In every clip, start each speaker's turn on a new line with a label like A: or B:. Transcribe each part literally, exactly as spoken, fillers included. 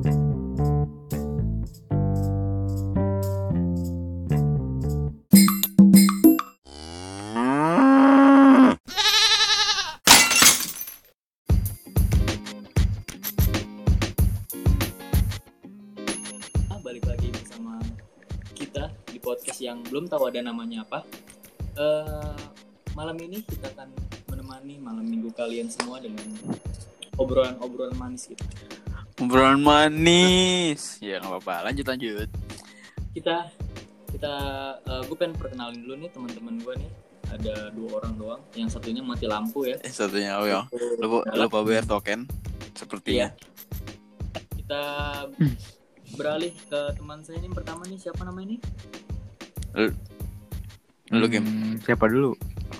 A: Balik lagi bersama kita di podcast yang belum tahu ada namanya apa. Uh, malam ini kita akan menemani malam minggu kalian semua dengan obrolan-obrolan manis gitu.
B: Obrolan manis, ya nggak apa-apa. Lanjut lanjut.
A: Kita kita, uh, gue pengen perkenalin dulu nih teman-teman gue nih. Ada dua orang doang. Yang satunya mati lampu ya.
B: Eh, satunya oh ya. Lupa lupa bayar token. Sepertinya.
A: Iya. Kita beralih ke teman saya ini pertama nih, siapa namanya nih?
B: Lu, lu Kim.
C: Hmm, siapa dulu?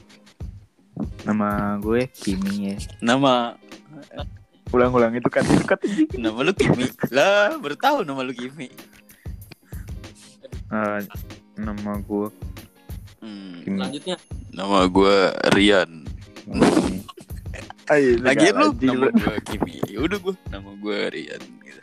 C: Nama gue Kimi ya.
B: Nama
C: Ulang-ulang itu kan itu kan.
B: nama lu Kimi. Lah, baru tahu nama lu Kimi.
C: Uh, nama gue
B: Hmm,
C: Kimi.
A: Selanjutnya
B: nama gue Rian.
C: Ayo,
B: Lagi lu
C: anjing,
B: nama
C: lu.
B: gue Kimi. Ya udah gue nama gue Rian gitu.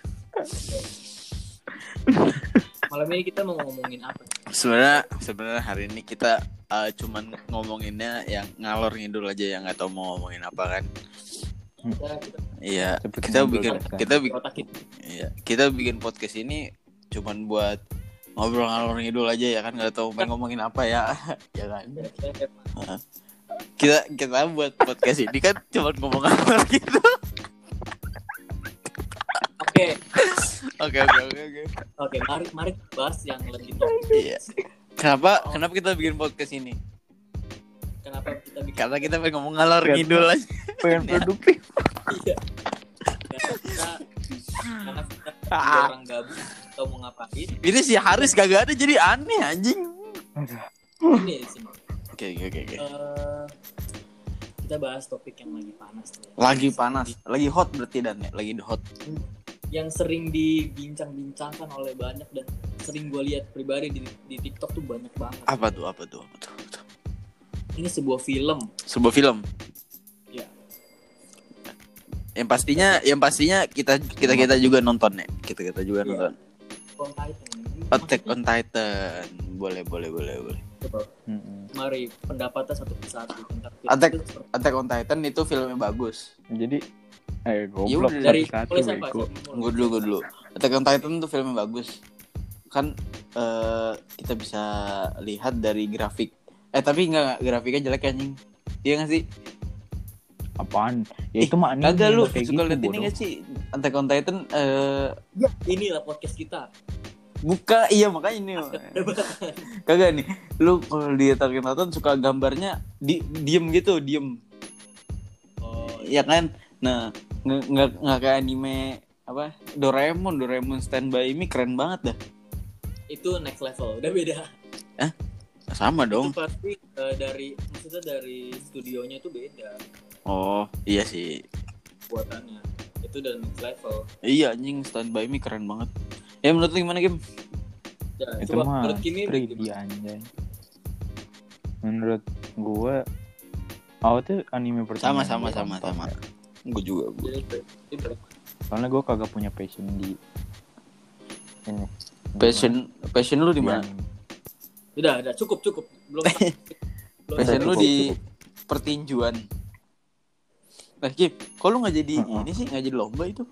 A: malam ini kita mau ngomongin apa?
B: Sebenarnya sebenarnya hari ini kita uh, cuman ngomonginnya yang ngalor ngidul aja, yang nggak tahu mau ngomongin apa kan.
A: Kita, kita
B: Iya,
C: Seperti
B: kita
C: ngobrol
B: bikin
C: biasa.
B: kita bikin
A: otakin.
B: iya, kita bikin podcast ini cuman buat ngobrol ngalor ngidul aja ya kan, nggak tahu pengen ngomongin apa ya. Ya kan. Kita kita buat podcast ini kan cuman ngomong ngalor gitu.
A: Oke,
B: Oke oke oke oke.
A: oke, mari mari bahas yang lebih topik.
B: Iya. Kenapa kenapa kita bikin podcast ini?
A: Kenapa kita bikin?
B: Karena kita pengen ngomong ngalor
C: Karena-
B: ngidul aja.
C: Pengen produktif.
A: Iya. Karena kita, karena kita dua orang gabung atau mau ngapain?
B: Ini si Haris kagak ada jadi aneh anjing.
A: Ini sih.
B: Oke oke oke oke.
A: Eh, kita bahas topik yang lagi panas nih.
B: Lagi panas, lagi hot berarti dan ya, lagi hot.
A: Yang sering dibincang-bincangkan oleh banyak dan sering gue lihat pribadi di, di TikTok tuh banyak banget.
B: Apa tuh? Apa tuh? Apa tuh? Apa tuh?
A: Ini sebuah film.
B: Sebuah film.
A: Ya.
B: Yang pastinya, yang pastinya kita kita kita juga nonton ya. Kita kita juga
A: Iya.
B: nonton.
A: On Titan.
B: Attack on Titan. Boleh boleh boleh boleh.
A: Coba,
C: Mm-mm.
A: mari pendapatnya satu persatu tentang film
B: Attack-
A: itu seperti-
B: Attack on Titan itu filmnya bagus.
C: Jadi eh goblok
B: Yaudah,
A: dari
C: satu
A: mulai siapa?
C: bego.
A: Siapa?
B: Gue dulu gue dulu. Attack on Titan itu filmnya bagus. Kan eh, kita bisa lihat dari grafik. Eh tapi enggak, grafiknya jelek anjing. Iya enggak sih?
C: Apaan? Ya
B: Ih,
C: itu mah anime
B: Kagak lu
C: kayak
B: suka
C: gitu,
B: liat ini
C: bodoh.
B: enggak sih? Attack on Titan eh
A: Ya, inilah podcast kita.
B: buka iya makanya ini. Kagak nih. Lu kalau di Attack on Titan suka gambarnya di diem gitu, diem.
A: Oh,
B: Iya kan? Nah, nge- nggak nggak kayak anime apa Doraemon, Doraemon Stand By Me keren banget dah.
A: itu next level, udah beda.
B: Sama dong.
A: Itu pasti eh, dari maksudnya dari studionya itu beda
B: Oh, iya sih.
A: buatannya. Itu udah next level.
B: Iya anjing, Stand By Me keren banget. Ya menurut lu gimana, Kim?
A: Ya,
C: Itu
A: coba
C: mah
A: menurut Kimi
C: tiga D
A: gimana?
C: anjay. Menurut gue awal tuh anime pertama
B: Sama
C: yang
B: sama
C: gua
B: sama
C: tonton
B: sama.
C: ya.
B: Gue juga. Gua.
A: Jadi, itu
C: Soalnya gue kagak punya passion di ini.
B: Passion passion lu di
C: Di
B: mana?
C: anime.
A: udah, udah cukup cukup. Belum. belum
B: Passion lu
C: cukup,
B: di
C: cukup.
B: pertinjuan. Nah, Kim, kok lu nggak jadi
C: Uh-uh.
B: ini sih, nggak jadi lomba itu?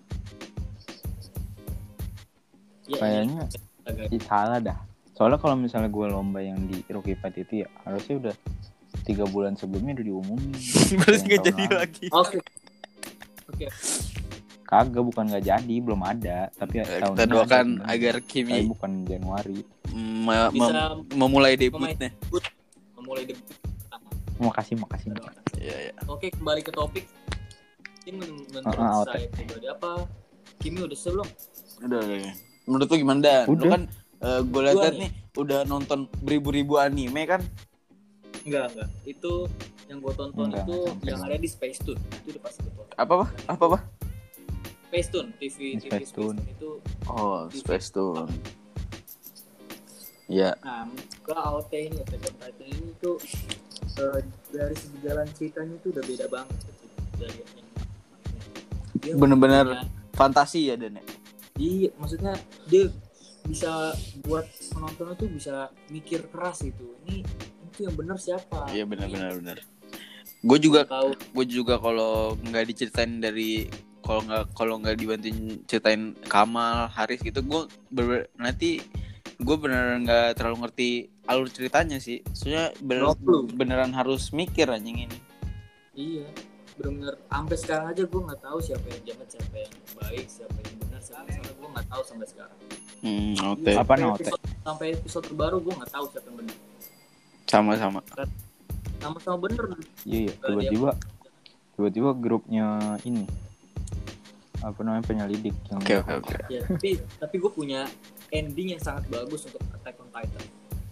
A: Ya,
C: Kayaknya
A: ya, agak
C: Ih, salah dah. Soalnya kalau misalnya gue lomba yang di Rookie Fight itu ya harusnya udah tiga bulan sebelumnya udah diumumin.
B: Berarti
C: Yang
B: nggak
C: tahun
B: jadi
C: lalu.
B: lagi.
A: Oke. Oke.
C: Kagak, bukan nggak jadi, belum ada. Tapi
B: Eh,
C: tahun
B: Kita
C: ini
B: doakan
C: ada sebenarnya.
B: agar
C: Tapi
B: Kimi
C: bukan Januari.
B: me-
A: Bisa
B: mem- memulai debutnya.
A: memulai debut pertama.
C: Makasih, makasih.
B: Iya iya.
A: Oke, kembali ke topik. Ini men- menurut
C: Ah, ah,
A: saya pribadi apa? Kimi udah sebelum?
B: Udah, udah, udah. Menurut lu gimana, Dan? Lu
C: Udah.
B: kan gue lihat
A: Gua
B: nih udah nonton beribu-ribu anime kan?
A: Enggak, enggak. Itu yang gue tonton
C: Enggak,
A: itu
C: enggak sampai
A: yang
C: enggak.
A: ada di Space Tune. Itu udah pasti gue tonton.
B: Apa apa? Apa apa?
A: Space Tune, T V T V
C: Space
A: Space
C: Tune.
A: Tune itu.
B: Oh, Space Tune. Iya.
A: Nah, ke A O T ini, Attack on Titan ini tuh eh, dari segi jalan ceritanya itu udah beda banget gitu. Dari yang dia
B: Bener-bener
A: punya-
B: fantasi ya, Dan.
A: Iya, maksudnya dia bisa buat penonton tuh bisa mikir keras gitu. Ini itu yang benar siapa?
B: Iya benar-benar benar. Gue juga
A: Tahu.
B: gue juga kalau nggak diceritain dari kalau nggak kalau nggak dibantuin ceritain Kamal, Haris gitu, gue ber- nanti gue beneran nggak terlalu ngerti alur ceritanya sih. Soalnya bener,
A: No clue.
B: beneran harus mikir anjing ini.
A: Iya, benar-benar sampai sekarang aja gue nggak tahu siapa yang jahat, siapa yang baik, siapa yang benar, siapa yang salah, gue nggak tahu sampai sekarang.
B: Hmm, oke.
A: Iya,
C: Apa
A: sampai
C: no,
A: episode, sampai episode terbaru gue nggak tahu siapa yang benar.
B: Sama-sama.
A: Sama-sama bener.
C: Iya, iya. Tiba-tiba tiba-tiba grupnya ini apa namanya penyelidik yang
B: Oke oke oke.
A: Ya, tapi tapi gue punya ending yang sangat bagus untuk Attack on Titan.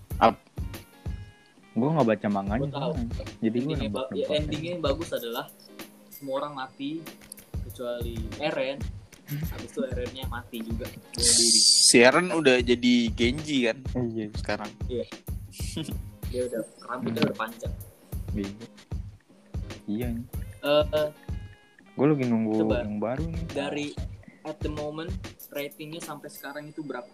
C: gue nggak baca manganya
A: Gue tahu.
C: soalnya. Jadi gue
A: Endingnya, ba- ya,
C: nebak-nebak.
A: endingnya yang bagus adalah semua orang mati kecuali Eren. Habis itu Erennya mati juga bunuh diri.
B: Si Eren udah jadi Genji kan
C: Iya,
B: sekarang.
A: Dia udah rambutnya udah panjang.
C: bego. Iya,
A: Eh,
C: gue lagi nunggu
A: Coba.
C: yang baru nih.
A: dari at the moment ratingnya sampai sekarang itu berapa?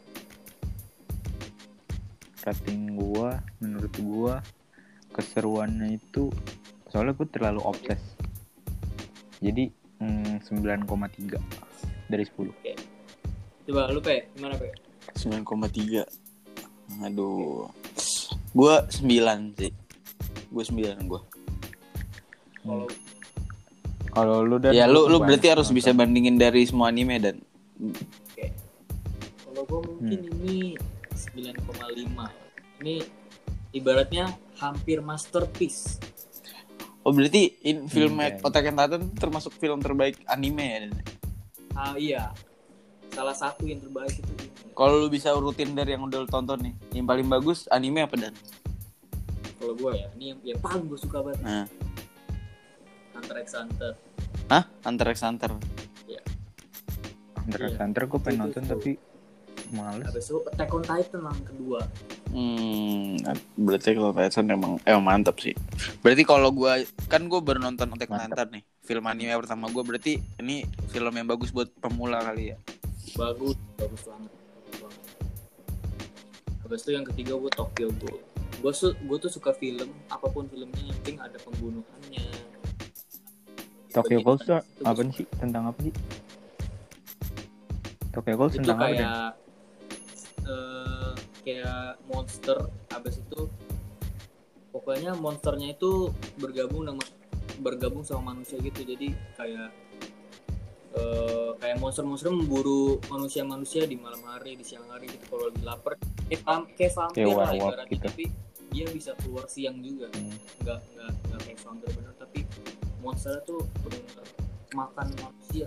C: Rating gue, menurut gue keseruannya itu soalnya gue terlalu obses. Jadi mm, sembilan koma tiga dari sepuluh.
A: Coba lu Pe, gimana Pe?
B: sembilan koma tiga. Aduh. Gue sembilan sih. Gue sembilan gue.
A: Kalau
C: Kalau lu dan
B: Ya lu lu
C: banyak
B: berarti harus
C: nonton.
B: bisa bandingin dari semua anime dan
A: kalau gue mungkin
C: Hmm.
A: ini sembilan koma lima. Ini ibaratnya hampir masterpiece.
B: Oh berarti in film
C: Hmm, kayak
B: Attack on Titan termasuk film terbaik anime ya Dan?
A: Ah iya. Salah satu yang terbaik itu ini.
B: Kalau lu bisa urutin dari yang udah lu tonton nih, yang paling bagus anime apa Dan?
A: Kalau gue ya, ini yang, yang paling gue suka banget.
B: Nah,
A: Hunter x Hunter.
B: hah? Hunter x Hunter.
C: Hunter x
A: Iya.
C: Hunter gue pengen
A: Itu
C: nonton
A: tuh.
C: tapi males.
A: Habis itu Attack on Titan yang kedua.
B: Hmm, berarti kalau Titan emang emang mantap sih. Berarti kalau gua kan gua baru nonton Attack on
C: Mantap.
B: Titan nih, film anime pertama gua, berarti ini film yang bagus buat pemula kali ya.
A: Bagus, bagus banget. Bagus banget. Habis itu yang ketiga gue Tokyo Ghoul. Gue su- gue tuh suka film, apapun filmnya yang penting ada pembunuhannya.
C: Tokyo Ghoul tuh
A: Itu
C: apa
A: gua
C: sih? Tentang apa sih? Tokyo Ghoul
A: itu
C: tentang apa deh?
A: kayak eh, kayak monster. Habis itu pokoknya monsternya itu bergabung dengan bergabung sama manusia gitu. Jadi kayak eh, kayak monster-monster memburu manusia-manusia di malam hari, di siang hari gitu kalau lagi lapar. Kayak, vam- kayak vampir
C: Kayak
A: lah
C: werewolf
A: ibaratnya,
C: gitu.
A: tapi dia bisa keluar siang juga.
C: Hmm.
A: Nggak nggak nggak kayak vampir bener, tapi monster tuh benar makan manusia.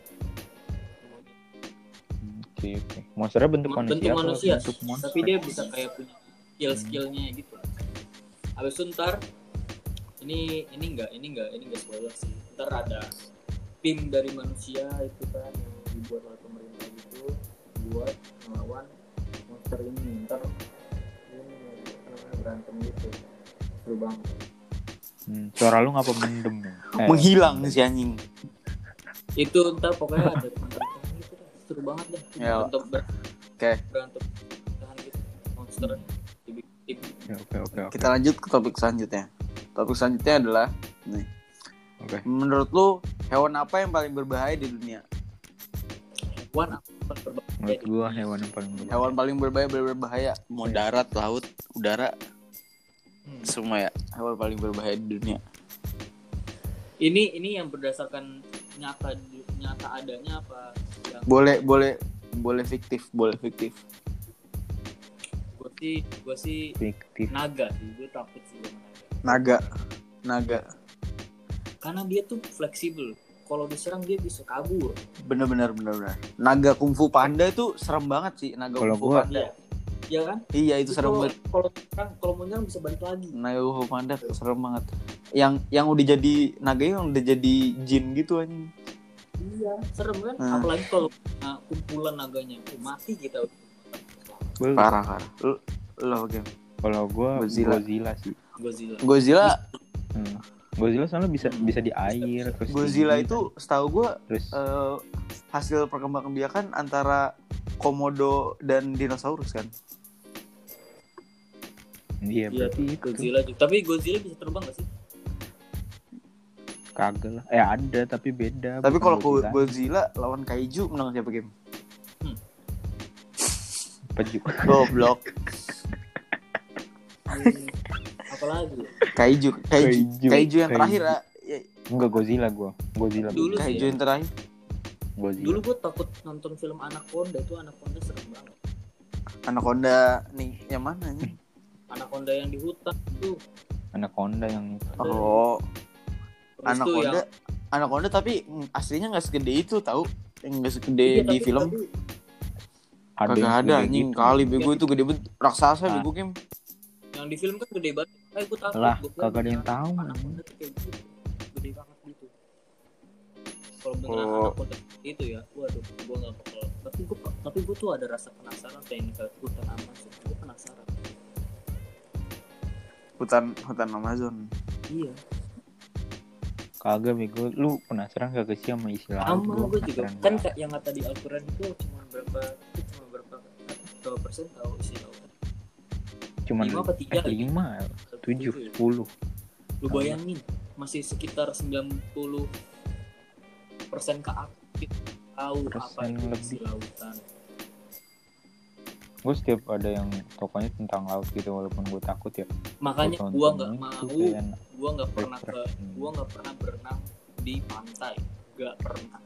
C: Oke oke. Monsternya bentuk
A: Ma-
C: manusia.
A: bentuk
C: apa
A: manusia,
C: bentuk monster?
A: tapi dia bisa kayak punya skill-skillnya gitu. Habis itu ntar ini ini enggak ini enggak ini enggak spoiler sih. Ntar ada tim dari manusia itu kan yang dibuat oleh pemerintah gitu buat melawan monster ini. Ntar ini apa namanya, berantem gitu. Seru banget.
C: Hmm, suara lu ngapa mendem ya? Eh,
B: Menghilang si anjing.
A: Itu ntar pokoknya ada berantem gitu dah. Seru banget dah.
B: Ya.
A: Berantem ber-
B: Oke,
A: berantem tahan gitu monster dibikin tim.
C: ya, Oke oke oke.
B: kita lanjut ke topik selanjutnya. Topik selanjutnya adalah nih.
C: Oke.
B: Menurut lu hewan apa yang paling berbahaya di dunia?
A: Hewan apa berbahaya
C: Menurut
A: di
C: gua
A: dunia?
C: hewan yang paling berbahaya.
B: Hewan paling berbahaya berbahaya mau
C: Iya.
B: darat, laut, udara,
A: Hmm.
B: semua ya. Hewan paling berbahaya di dunia.
A: Ini ini yang berdasarkan nyata nyata adanya apa yang
B: Boleh boleh boleh fiktif, boleh fiktif.
A: gue sih gue sih
C: Fiktif.
A: naga sih, gue takut sih sama
B: Naga.
A: naga.
B: Naga.
A: Karena dia tuh fleksibel. Kalau diserang dia bisa kabur.
B: Bener-bener bener-bener. Naga kungfu panda itu serem banget sih. Naga
C: Kalau
B: kungfu
C: gua-
B: panda.
A: Iya. Iya kan?
B: Iya itu serem
A: kalau
B: banget.
A: kalau serang kalau mau nyerang bisa balik lagi.
B: Naga kungfu panda serem banget. Yang yang udah jadi naga yang udah jadi jin gitu anjing.
A: Iya, serem kan?
B: Hmm.
A: Apalagi kalau nah, kumpulan naganya oh, mati kita.
C: Gua-
B: Parah parah. Lu lu oke.
C: Kalau gua
B: Godzilla.
C: Godzilla sih.
A: Godzilla.
B: Godzilla
C: Hmm. Godzilla soalnya bisa bisa di air terus
B: Godzilla
C: tinggi,
B: itu setahu gue
C: terus
B: uh, hasil perkembangbiakan antara komodo dan dinosaurus kan.
C: iya
A: Iya,
C: berarti itu
A: Godzilla juga. Tapi Godzilla bisa terbang gak sih?
C: kagak lah. Eh ada tapi beda.
B: Tapi
C: bukan
B: kalau
C: Godzilla.
B: Godzilla lawan kaiju menang siapa game?
C: Peju.
B: Goblok.
A: Hmm, apalagi?
B: Kaiju, kaiju,
C: Kaiju,
B: kaiju yang
C: kaiju.
B: terakhir ya. Ya,
C: Enggak Godzilla gua. Godzilla.
A: Dulu
C: Godzilla.
B: kaiju
A: sih.
B: yang terakhir.
C: Godzilla.
A: Dulu gue takut nonton film Anaconda, itu Anaconda serem banget.
B: Anaconda nih yang mana nih?
A: Anaconda yang di hutan tuh.
C: Anaconda yang
B: Oh,
A: Terus tuh
B: Anaconda,
A: yang-
B: Anaconda tapi mm, aslinya nggak segede itu tahu, yang nggak segede
A: Iya,
B: di
A: tapi-
B: film.
A: tapi-
B: Kagak
C: yang
B: ada
C: gede
B: anjing
C: gitu.
B: kali bego itu gede banget raksasa
C: Ah.
B: bego game.
A: yang di film kan gede banget. Eh, gue takut.
C: Lah,
A: Gua kira
C: kagak ada yang
A: beneran
C: tahu,
A: Anaconda tuh kayak gitu. Gede banget gitu. Kalau beneran
B: Oh.
A: Anaconda itu ya, waduh, gue nggak bakal. Tapi gue, tapi gue tuh ada rasa penasaran pengen ke hutan Amazon. Gue penasaran.
B: Hutan hutan Amazon.
A: Iya.
C: kagak bego. Lu penasaran gak sih sama isi laut?
A: Sama
C: Gua
A: gue juga.
C: penasaran
A: Kan
C: banget.
A: kayak yang kata di Al-Quran itu cuma berapa, itu cuma berapa, berapa persen tahu isi lautan.
C: Cuman
A: lima apa tiga
C: eh,
A: lagi?
C: lima, tujuh,
A: ya?
C: sepuluh.
A: Lu bayangin masih sekitar sembilan puluh persen ke atas tahu apa
C: Persen
A: itu isi
C: lebih.
A: lautan.
C: Gue setiap ada yang tokonya tentang laut gitu, walaupun gue takut ya.
A: Makanya
C: Gua
A: gua
C: tonton
A: nggak
C: itu
A: mau,
C: kayak
A: gua nggak pernah ke,
C: refreshing.
A: gua nggak pernah berenang di pantai, nggak pernah.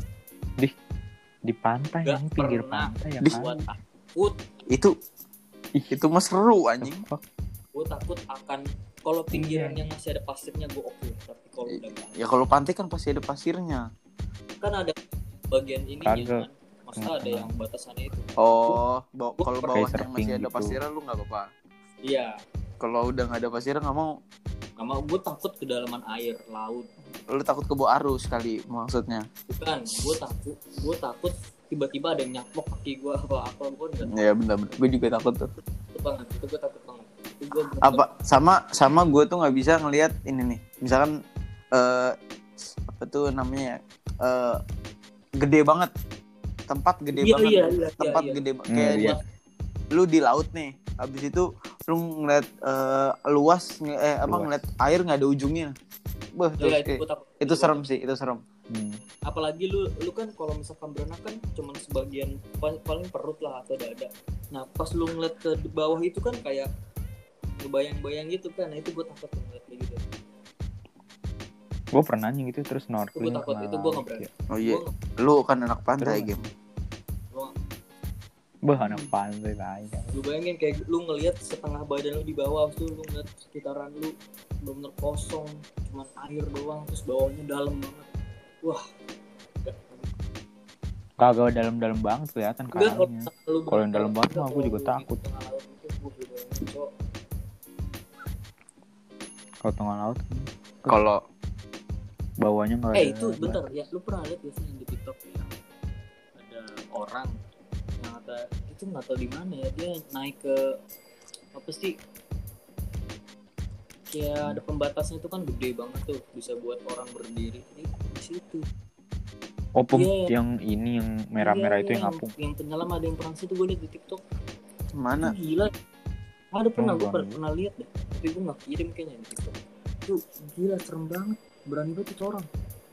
C: di pantai,
A: Nggak
C: yang pinggir
A: pernah.
C: pantai ya
B: Di-
C: kan.
A: Gua takut,
B: Itu
C: Ih,
B: itu mah seru
C: the
B: anjing.
C: fuck?
A: gua takut akan kalau pinggiran
C: Iya.
A: yang masih ada pasirnya gua oke, tapi kalau udah nggak ada,
B: Ya kalau pantai kan pasti ada pasirnya.
A: kan ada bagian ininya
C: Kagak.
A: kan, maksudnya ada yang batasannya itu.
B: Oh, ba-
A: Gua
B: kalau
A: pernah
B: bawahnya
C: surfing
B: masih ada
C: gitu.
B: pasirnya lu nggak apa-apa.
A: Iya,
B: Kalau udah nggak ada pasirnya nggak mau.
A: sama gua takut kedalaman air laut.
B: Lu takut ke bawah arus kali maksudnya.
A: Bukan, gua takut, gua takut tiba-tiba ada yang nyaplok kaki gua apa apa gua nggak tahu.
B: Ya benar-benar. Gue juga takut tuh.
A: Takut banget, itu gua takut banget. Itu gua bener-bener-
B: Apa sama sama gue tuh nggak bisa ngelihat ini nih. Misalkan eh apa tuh namanya? eh gede banget. Tempat gede
A: Iya,
B: banget.
A: iya, iya,
B: Tempat
A: iya,
B: gede
C: Hmm,
B: kayak
C: iya.
B: lu di laut nih. Habis itu lu ngeliat eh, luas nge- eh apa
C: Luas.
B: ngeliat air nggak ada ujungnya. Beuh, terus
A: Iya, itu
B: kayak-
A: gua takut.
B: itu serem sih, itu serem.
C: Hmm.
A: Apalagi lu lu kan kalau misalkan berenang kan cuman sebagian paling, paling perut lah atau dada. Nah pas lu ngeliat ke bawah itu kan kayak ngebayang-bayang gitu kan. Nah itu gue takut ngeliat kayak gitu.
C: Gue pernah nanya gitu terus
A: Itu gue
C: snorkeling.
A: takut,
C: tengah
A: itu gue
C: laut,
A: nggak berani.
C: ya.
B: Oh iya,
A: Gua
B: lu kan anak pantai
C: Terus?
B: game.
A: nggak-
C: Bah, anak pantai lain.
A: lu bayangin kayak lu ngeliat setengah badan lu di bawah, terus lu ngeliat sekitaran lu bener-bener kosong, cuman air doang, terus bawahnya dalam banget. Wah. Enggak.
C: Kagak dalam-dalam banget kelihatan
A: Enggak, kalau
C: kayaknya.
A: lu
C: Kalau yang dalam banget
A: enggak,
C: mah gua juga
A: kalau
C: takut.
A: di tengah laut itu, gua juga bayangin, Cok.
C: Kalau tengah laut
B: Kalau
C: bawahnya nggak ada.
A: Eh itu bentar ya, lu pernah lihat gak sih yang di TikTok ya? Ada orang yang kata itu nggak tahu di mana ya, dia naik ke apa sih? Kayak ada pembatasnya itu kan gede banget tuh, bisa buat orang berdiri. Ini di situ.
C: Oh, pem-
A: Iya.
C: yang ini yang merah-merah
A: Iya,
C: itu yang
A: iya,
C: ngapung.
A: Yang penyelam ada yang perang situ gue lihat di TikTok.
B: mana?
A: Itu gila. Ada pernah
C: Oh,
A: gue
C: gua
A: pernah,
C: liat.
A: pernah lihat deh, tapi gue nggak kirim kayaknya di TikTok. Itu gila serem banget, berani banget itu orang.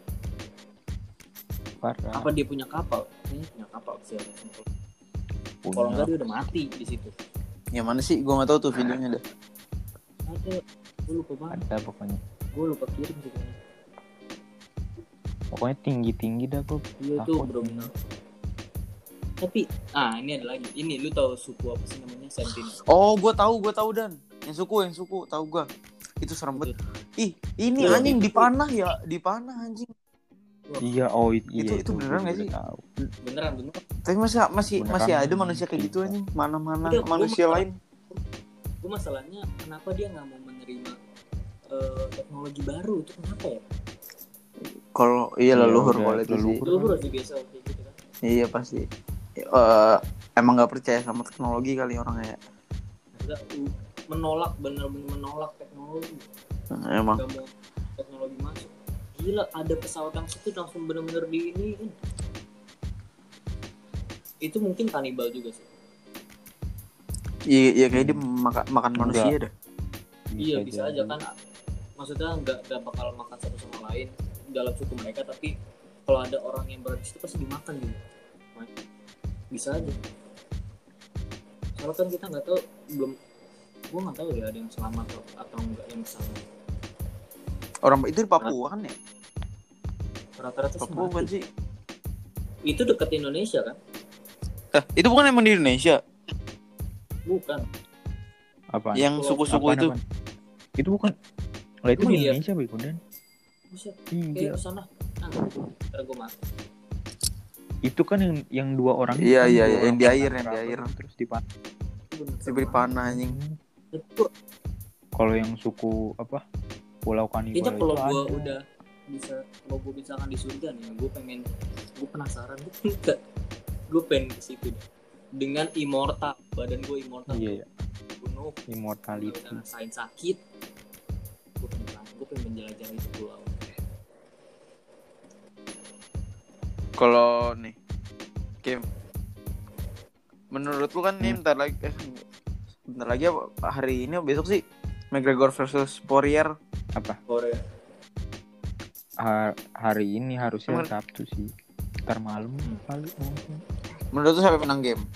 C: Parah.
A: Apa dia punya kapal? Kayaknya punya kapal sih. Kalau
C: Punya.
A: enggak dia udah mati di situ.
B: Yang mana sih? Gue nggak tahu tuh videonya dah.
A: Ada, gue lupa banget.
C: Ada pokoknya.
A: Gue lupa kirim sih kayaknya.
C: Pokoknya tinggi-tinggi dah gue.
A: Iya tuh
C: Takut.
A: benar-benar. Tapi, ah ini ada lagi. Ini lu tahu suku apa sih namanya? Sentinel.
B: Oh, gue tahu, gue tahu dan yang suku, yang suku, tahu gue. Itu serem banget. Ih, ini
A: Iya,
B: anjing
A: itu.
B: dipanah ya, dipanah anjing.
C: Iya, oh i- iya.
B: Itu- itu beneran
C: gua
B: nggak
C: juga
B: sih?
C: tahu.
A: Beneran beneran.
B: Tapi masa masih
C: Beneran.
B: masih ada manusia kayak gitu anjing? Mana-mana
A: Iya, gua
B: manusia
A: masalah-
B: lain.
A: Gue masalahnya kenapa dia nggak mau menerima eh, teknologi baru itu kenapa ya?
B: Kalau iya
C: Iya,
B: leluhur
C: udah
B: kalau itu sih.
C: leluhur.
A: Lu harus biasa kayak gitu kan.
B: Iya pasti. Eh, emang nggak percaya sama teknologi kali orangnya ya.
A: Enggak menolak, bener-bener menolak teknologi.
B: Nah, emang.
A: Gak mau teknologi masuk. Gila, ada pesawat yang situ langsung bener-bener di ini. Itu mungkin kanibal juga sih.
B: Iya, iya kayak dia makan makan
C: Enggak.
B: manusia dah.
A: Iya bisa aja kan, maksudnya nggak nggak bakal makan satu sama lain dalam suku mereka, tapi kalau ada orang yang berada di situ pasti dimakan gitu. Bisa aja. Soalnya kan kita nggak tahu, belum, gue nggak tahu ya ada yang selamat atau, atau enggak yang selamat.
B: Orang itu di Papua kan ya?
A: Rata-rata sih
B: Papua kan
A: mati.
B: sih.
A: Itu dekat Indonesia kan?
B: Eh, itu bukan emang di Indonesia?
A: Bukan.
C: Apa?
B: Yang suku-suku
C: Apaan,
B: itu.
C: apaan? Itu bukan. Lah itu
A: Emang
C: di
A: iya?
C: Indonesia, Bego Dan.
A: Bisa.
C: Iya.
A: Kayak kesana. Nah, ntar gue mati.
C: Itu kan yang yang dua orang.
B: Iya,
C: kan
B: iya,
C: dua
B: iya,
C: orang
B: yang di
C: pacaran
B: air, yang di
C: apa
B: air.
C: gitu, terus dipan.
B: Diberi panah anjing.
A: Itu
C: Kalau yang suku apa? Pulau Kanibal
A: kayaknya kalau
C: itu
A: gue
C: ada.
A: udah bisa, kalau gue misalkan di surga nih, gue pengen, gue penasaran gue gue pengen ke situ deh. Dengan immortal, badan gue immortal.
C: Iya, iya.
A: Gunung, gue
C: Immortality.
A: bisa ngerasain sakit. Gue pengen, gue pengen menjelajahi itu pulau.
B: Kalau nih, Kim, menurut lu kan nih
C: Hmm.
B: bentar lagi, eh, bentar lagi apa, hari ini besok sih McGregor versus Poirier.
C: Apa?
A: Korea.
C: Ha- hari ini harusnya
B: Emang-
C: Sabtu sih. Ntar malam
A: Hmm.
C: kali mungkin.
B: Menurut lu siapa menang game?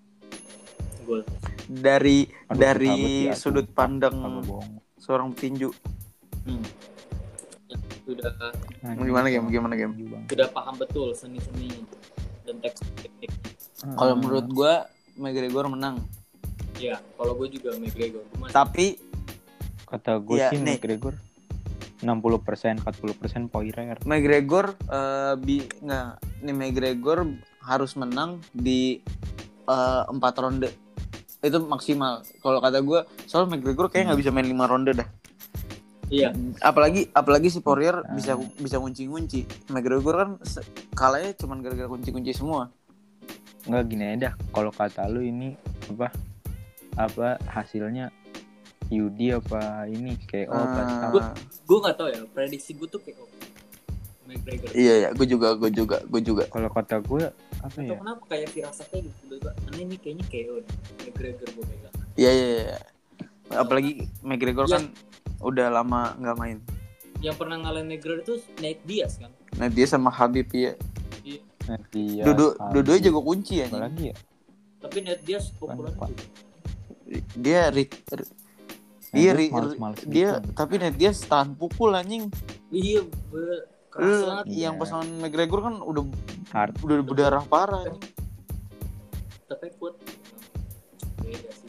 A: Gue
B: Dari
C: Aduh,
B: dari
C: susah banget sih,
B: sudut
C: atuh.
B: pandang
C: Kagak bohong.
B: seorang petinju.
A: hmm. sudah
C: Nah,
B: Gimana
C: ini
B: game? Gimana game?
C: setuju banget.
A: sudah paham betul seni-seni dan teknik.
C: Ah,
B: Kalau menurut gua McGregor menang.
A: Ya, kalau gue juga McGregor. Gua masih-
B: Tapi
C: kata gue
B: Iya,
C: sih
B: nih.
C: McGregor enam puluh persen, empat puluh persen Poirier.
B: McGregor eh, bi nggak nih McGregor harus menang di eh, empat ronde itu maksimal. Kalau kata gue, soal McGregor kayak nggak bisa main lima ronde dah.
A: Iya,
B: Apalagi apalagi si Poirier
C: Ah.
B: bisa bisa kunci-kunci. McGregor kan se- kalahnya cuma gara-gara kunci-kunci semua.
C: Enggak gini aja dah. Kalau kata lu ini apa apa hasilnya Yudi apa ini K O apa
B: Ah,
C: apa?
A: gue nggak tahu ya. Prediksi gue tuh kayak oh, McGregor.
B: iya ya, gue juga gue juga gue juga.
C: Kalau kata gue apa
A: Atau
C: ya?
A: kenapa kayak firasatnya gitu tiba-tiba, aneh ini kayaknya K O nih. McGregor gue pegang.
B: Iya iya iya. Apalagi McGregor
A: Iya.
B: kan udah lama nggak main.
A: Yang pernah ngalahin McGregor itu Nate Diaz kan?
B: Nah dia sama Habib ya.
C: Nanti ya.
B: Duduk
C: Habib.
B: dua-duanya jago kunci ya.
C: Apa lagi ya?
A: Tapi Nate Diaz populer
C: Pak.
A: juga.
B: Dia ri- ri-
C: Nah,
B: dia
C: dia
B: ri-
C: males-males
B: dia
C: gitu.
B: tapi nah, dia tahan pukul anjing.
A: Iya, bener. Keras
B: Lu
A: banget.
C: Iya.
B: yang pas lawan McGregor kan udah
C: Hard.
B: udah berdarah parah anjing.
A: Tapi kuat. Beda sih.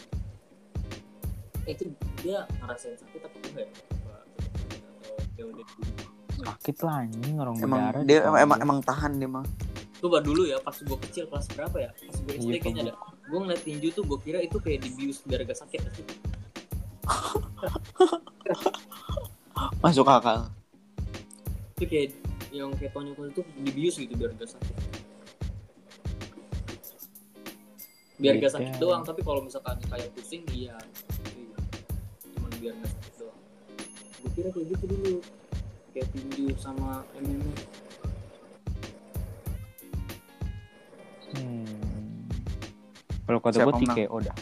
A: Eh, itu dia ngerasain sakit apa enggak ya? Apa- Atau dia udah
C: Sakit lah anjing orang
B: Emang
C: berdarah.
B: dia
C: gitu.
B: emang emang tahan dia mah.
A: Coba dulu ya, pas gue kecil kelas berapa ya? Pas gue S D
C: Iya,
A: kayaknya ada. Gue ngeliat tinju tuh gue kira itu kayak dibius gara-gara sakit sih.
B: Masuk akal.
A: Itu kayak yang kayak tonyo-tonyo itu dibius gitu biar gak sakit. Biar gak
C: Beda.
A: sakit doang, tapi kalau misalkan kayak pusing iya. Cuman biar gak sakit doang. Gue kira kayak gitu dulu. Kayak tinju sama M M A.
C: Hmm. Kalau kata
B: Siapa
C: gue sih
B: menang?
C: K O dah.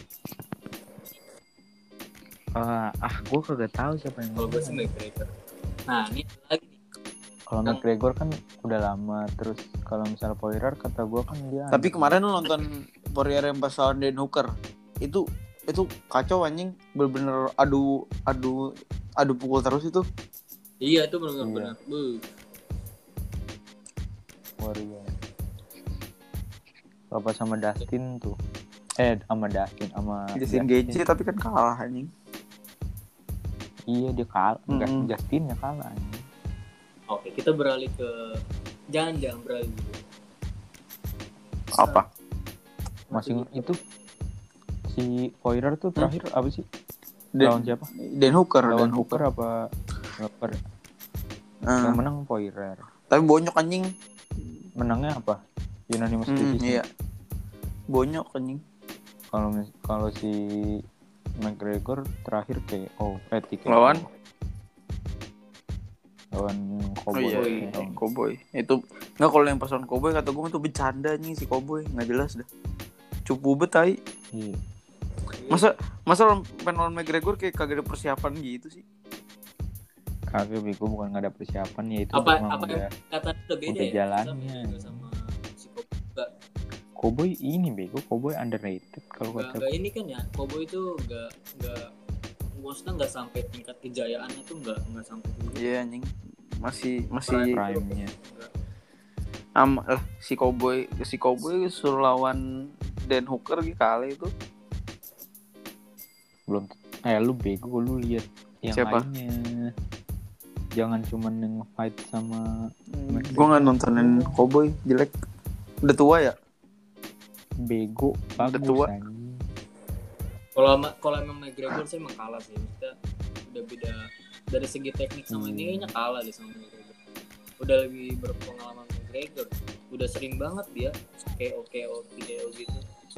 C: Ah, ah gue kagak tahu siapa yang
A: Kalau gue
C: menang.
A: sih McGregor. Nah, ini lagi nih.
C: Kalau McGregor kan udah lama, terus kalau misalnya Poirier kata gue kan dia.
B: Tapi kemarin lu nonton Poirier yang pas lawan Dan Hooker. Itu itu kacau anjing. Bener-bener adu adu adu pukul terus itu.
A: Iya, itu benar-benar
C: Iya.
A: benar. Buh.
C: Poirier. Apa sama Dustin tuh? Eh sama Dustin sama
B: Justin Gaethje tapi kan kalah anjing.
C: Iya dia kalah, enggak
B: Mm-mm.
C: Justin ya kalah. anjing.
A: Oke, kita beralih ke jangan jangan beralih dulu.
B: Apa?
C: Masih itu si Poirier tuh terakhir apa sih?
B: Dan
C: Lawan siapa?
B: Dan Hooker,
C: Lawan
B: Dan
C: Hooker
B: Hooker.
C: apa? Hooker.
B: Ah,
C: Yang menang Poirier.
B: tapi bonyok anjing.
C: Menangnya apa? Unanimous
B: Hmm,
C: decision.
B: iya. Bonyok anjing.
C: Kalau mis- kalau si McGregor terakhir K O, eh T K O.
B: Lawan?
C: lawan
B: Oh
C: Cowboy.
B: iya,
A: Cowboy.
B: iya. Cowboy. Itu nggak, kalau yang pas lawan Cowboy kata gue itu bercanda nih si Cowboy, nggak jelas dah. Cupu betai.
C: Iya.
B: Masa masa lawan lawan McGregor kayak kagak ada persiapan gitu sih.
C: Kagak bego, bukan nggak ada persiapan ya, itu
A: Apa
C: memang
A: apa
C: udah
A: yang kata udah beda
C: udah
A: ya?
C: jalannya.
A: Sama, sama si Cowboy juga.
C: Cowboy ini bego, Cowboy underrated kalau
A: Nggak,
C: kata
A: nggak ini kan ya, Cowboy itu nggak nggak maksudnya nggak sampai tingkat kejayaannya tuh nggak nggak sampai dulu.
B: Iya anjing. Masih masih
C: prime-nya.
A: Nggak.
B: am lah si Cowboy si Cowboy suruh lawan Dan Hooker gitu kali itu.
C: Belum eh lu bego, lu lihat yang
B: Siapa?
C: lainnya. Jangan cuman yang fight sama McGregor.
B: Gue nggak nontonin Cowboy, jelek. Udah tua ya?
C: Bego,
B: Udah
C: bagus
B: tua.
C: anjing.
A: Kalau ama- kalau emang McGregor sih emang kalah sih. Maksudnya udah beda dari segi teknik sama
C: Hmm.
A: ini kayaknya kalah deh sama McGregor. Udah lebih berpengalaman McGregor. Udah sering banget dia K O K O K O gitu.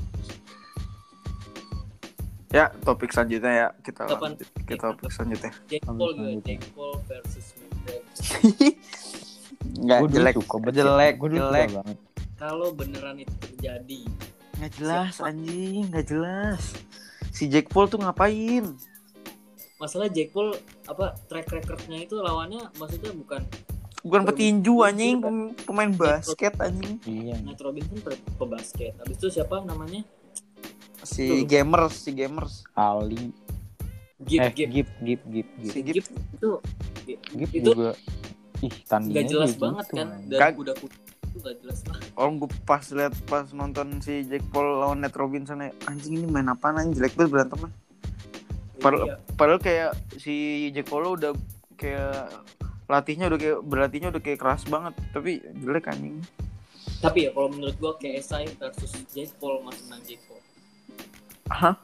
B: Ya, topik selanjutnya ya kita
A: Kapan?
B: lanjut ke topik selanjutnya.
A: Jake
C: Habis
A: Paul juga,
C: lanjut.
A: Jake Paul versus McGregor.
B: Nggak
C: Gua dulu
B: jelek,
C: suka banget
B: jelek,
C: ya. Gua dulu suka
B: jelek.
C: banget.
A: Kalau beneran itu terjadi,
B: Nggak jelas anjing, nggak jelas. Si Jake Paul tuh ngapain?
A: masalah Jake Paul apa track recordnya itu lawannya maksudnya bukan
B: Bukan petinju anjing, pem- pemain basket anjing.
C: Iya.
A: Nate Robinson pe- pebasket. Habis itu siapa namanya?
B: Si gamers, si gamers.
C: Ali.
A: Gip
C: eh,
A: Gip.
C: Gip, Gip, Gip, Gip.
B: Si
A: Gip itu
C: Gip
A: itu
C: juga. Ih, tandingnya
A: nggak jelas
C: kayak
A: banget
C: gitu,
A: kan
C: man.
A: dari
B: Kag-
A: kuda kuda itu nggak jelas banget.
B: Orang gue pas liat pas nonton si Jake Paul lawan Nate Robinson ya, anjing ini main apaan anjing, jelek banget berantemnya. Padahal,
A: Iya.
B: padahal kayak si Jake Paul udah kayak latihnya udah kayak berlatihnya udah kayak keras banget, tapi jelek anjing.
A: Tapi ya kalau menurut gua K S I versus Jake Paul masih menang Jake Paul.
B: Hah?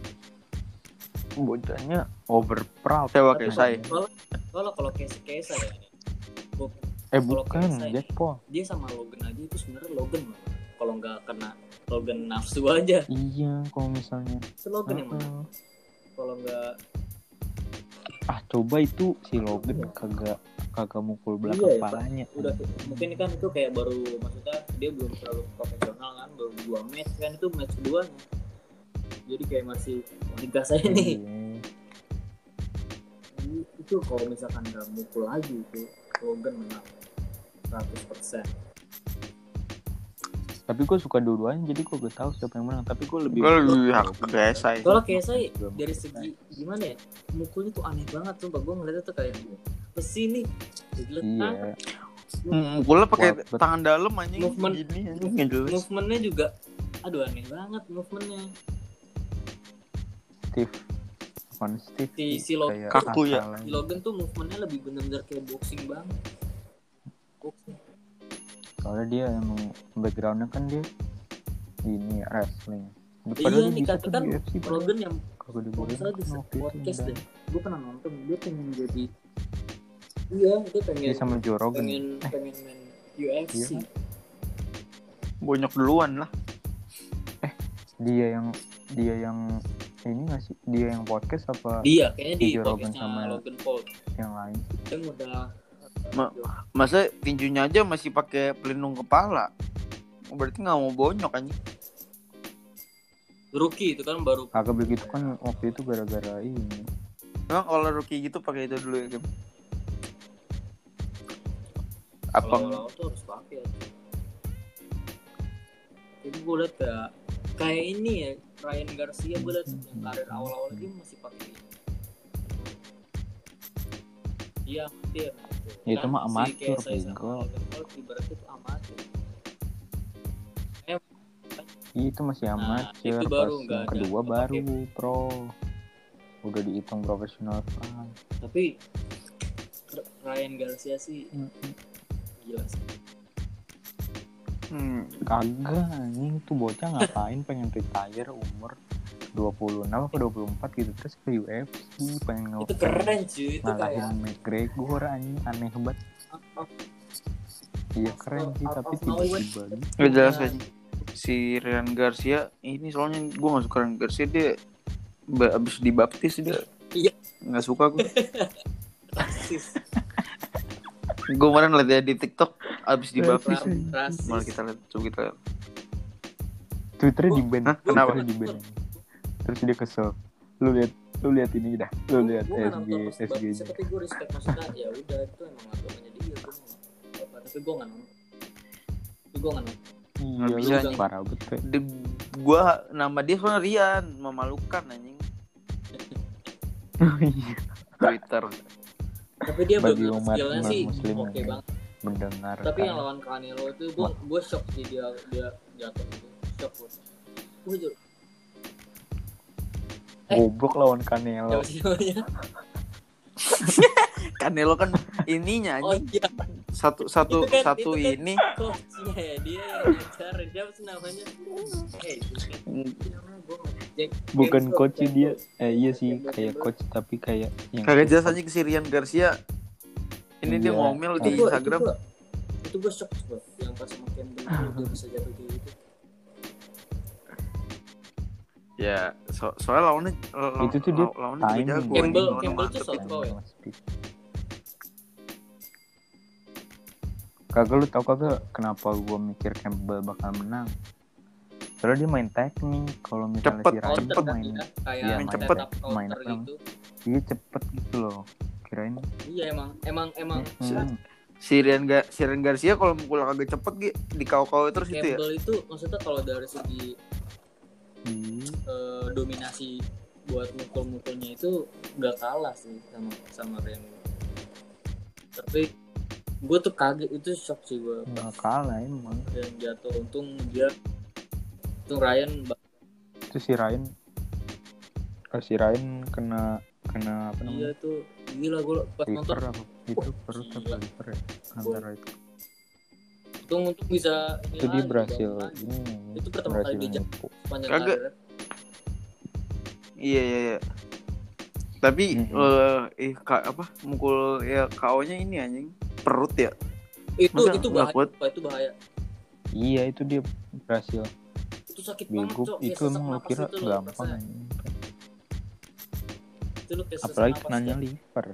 C: Bocahnya overproud.
B: Coba
A: Tapi
B: kayak saya.
A: Kalau kalau kalau K S I ya ini. Gua-
C: Eh
A: Kalau
C: bukan,
A: K S I
C: Jack Paul.
A: dia sama Logan aja itu sebenarnya Logan loh. Kalau nggak kena Logan nafsu aja,
C: Iya, kalau misalnya.
A: itu Logan yang menang.
C: Uh-uh.
A: Kalau nggak
C: Ah, coba itu si Logan kagak kagak mukul belakang
A: Iya, ya,
C: kepalanya.
A: udah mungkin kan itu kayak baru maksudnya dia belum terlalu profesional kan, baru dua match kan, itu match keduanya jadi kayak masih digas aja nih.
C: Iya.
A: Jadi, itu kalau misalkan nggak mukul lagi itu Logan menang seratus persen.
C: Tapi gue suka dua-duanya, jadi gue gak tahu siapa yang menang. Tapi gue lebih
B: Gue lebih hak ke K S I.
A: Kalau kayak saya dari segi gimana ya, mukulnya tuh aneh banget tuh, gue ngeliatnya tuh kayak besi nih digelet
C: Iya.
A: ah,
B: Mukulnya pakai
C: Kuat bet.
B: tangan dalam anjing.
A: Movement.
B: Gini anjing nggak jelas.
A: movementnya juga aduh aneh banget movementnya.
C: Steve. Bukan Steve.
A: Si- si Lo-
C: kayak
B: Kaku ya?
C: asal
A: Si
C: aja.
A: Logan tuh movementnya lebih bener-bener kayak boxing banget. Boxing.
C: Soalnya dia emang backgroundnya kan dia ini wrestling.
A: Iya
C: Padahal dia
A: nih
C: bisa
A: kata
C: tuh
A: kan
C: di U F C.
A: Logan yang
C: Kagak
A: kalau
C: dibolehin
A: nggak salah di
C: kan waktu itu
A: podcast
C: udah.
A: deh, gue pernah nonton dia pengen jadi, iya dia pengen
C: Dia sama Joe Rogan.
A: pengen
C: Eh,
A: pengen main U F C.
C: Iya kan?
B: Bonyok duluan lah.
C: dia yang dia yang ini nggak sih? Dia yang podcast apa
A: Dia kayaknya di
C: Si Joe Rogan
A: podcastnya
C: sama-
A: Logan Paul
C: yang lain?
A: dia udah
B: Ma- Masa tinjunya aja masih pakai pelindung kepala? Berarti nggak mau bonyok anjing.
A: rookie itu kan baru
C: Kagak begitu kan waktu itu gara-gara ini.
B: Emang kalau rookie gitu pakai itu dulu ya, Kim? Apa?
A: awal-awal tuh harus pakai ya. Jadi gue liat kayak kayak ini ya Ryan Garcia, gue liat yang karir awal-awal dia masih pakai ini. Iya amatir gitu.
C: Ya, itu mah
A: si
C: amatir,
A: K S I sama
C: bego.
A: Logan Paul ibaratnya itu amatir.
C: Iya, itu masih
A: Nah,
C: amatir.
A: itu
C: Pas
A: baru
C: yang
A: nggak ada,
C: kedua
A: nggak
C: baru
A: pakai.
C: pro. Udah dihitung profesional kan.
A: Tapi R- Ryan Garcia sih gila sih.
B: Hmm.
C: Kagak, anjing tuh bocah ngapain pengen retire umur dua puluh enam atau dua puluh empat gitu terus ke U F C pengen
A: Itu keren cuy, itu kayak
C: ngalahin McGregor anjing, aneh banget. Iya keren sih
A: out
C: tapi
A: of nowhere.
C: tiba-tiba
B: Gak jelas aja. Si Ryan Garcia ini soalnya gue nggak suka Ryan Garcia, dia ba- abis dibaptis dia.
A: Iya.
B: Nggak suka gue.
A: rasis.
B: Gue kemarin liat dia di TikTok abis dibaptis.
A: Rasis.
B: Malah kita lihat, coba kita lihat.
C: Twitternya di ban,
B: Hah? Kenapa?
C: Twitternya di ban. Terus dia kesel. Lu lihat, lu lihat ini dah. Lu lihat
A: Gue nggak
C: S G,
A: nonton pas
C: S G.
A: baptisnya, tapi gue respect maksudnya ya udah itu emang agamanya dia, gue mau apa, tapi gue nggak nonton. Tapi gue nggak nonton.
C: Iya,
B: Nggak bisa,
C: lu
B: anjing.
C: parah betul.
B: Di- Gua nama dia sebenarnya Rian, memalukan anjing.
C: Oh iya.
B: Twitter.
A: Tapi dia
C: Bagi
A: bener
C: umat
A: skillnya sih
C: muslim
A: oke
C: yang
A: banget.
C: mendengar.
A: Tapi yang lawan Canelo itu gue gue shock sih dia dia jatuh gitu, shock gue. Gue juga. Eh.
C: Goblok lawan Canelo.
A: Siapa sih namanya?
B: Canelo kan ininya
A: Oh
B: anjing.
A: iya.
B: Satu satu
A: Itu kan-
B: satu
A: itu kan
B: ini.
A: coachnya ya, dia yang ngajarin. Siapa sih namanya? Eh, itu kan. Namanya gue nggak cek.
C: Bukan
A: Campbell,
C: coach dia.
A: Campbell.
C: Eh iya sih
A: Campbell,
C: kayak
A: Campbell.
C: coach tapi kayak yang
B: Kagak jelas anjing si Rian Garcia. Ini dia
C: Iya.
B: ngomel di
A: Itu gua-
B: Instagram.
A: Itu gue itu gue shock bro. Yang pas sama Campbell itu dia bisa jatuh kayak gitu.
B: Ya, so, soalnya lawannya lawan,
C: Itu tuh dia
B: lawannya juga
C: timing.
B: jago.
A: Campbell-
B: anjing, lawannya
A: Campbell
B: mantep
A: tuh
B: gitu.
A: southpaw ya?
C: Kagak lu tau kagak kenapa gua mikir Campbell bakal menang? Soalnya dia main teknik. Kalau misalnya
B: Cepet,
C: si Ryan
A: Counter
C: tuh
A: kan
C: main,
A: dia kayak
C: iya,
B: main
A: setup
B: cepet.
A: counter
C: Main apa
A: gitu.
C: dia cepet gitu loh. Kirain.
A: Iya emang emang emang
C: Hmm.
B: Si Rian Ga, si Rian Garcia kalau mukul kagak cepet gitu, dikau-kau terus itu ya.
A: Campbell itu maksudnya kalau dari segi
C: Iya.
A: eh, dominasi buat mukul-mukulnya itu nggak kalah sih sama sama Ryan. Tapi gue tuh kaget, itu shock sih gue pas
C: Nggak kalah emang.
A: Ryan jatuh. Untung dia, untung Ryan ba-
C: Itu si Ryan. Oh, si Ryan kena kena apa
A: dia
C: namanya?
A: tuh gila. Gue pas nonton
C: Liver apa? Itu
A: Wah,
C: perut apa
A: gila.
C: liver ya? Antara itu.
A: untung untung bisa ini
C: Itu dia
A: lagi,
C: berhasil
A: bangun lagi.
C: ini.
A: Itu pertama
C: berhasil
A: kali dia
C: nipu.
A: sepanjang
B: Kagak.
A: karirnya.
B: Iya iya iya. Tapi
C: Mhm.
B: eh eh ka, apa mukul ya K O-nya ini anjing perut ya.
A: Itu
B: Masa
A: itu
B: nggak
A: bahaya,
B: kuat?
A: Pak, itu bahaya.
C: Iya itu dia berhasil.
A: Itu sakit banget,
C: Bego
A: Cok. Kayak
C: itu
A: sesak
C: emang lo
A: napas
C: kira
A: itu loh,
C: gampang
A: rasanya.
C: anjing.
A: Itu lu kayak sesak
C: Apalagi
A: napas
C: kenanya
A: kan.
C: liver.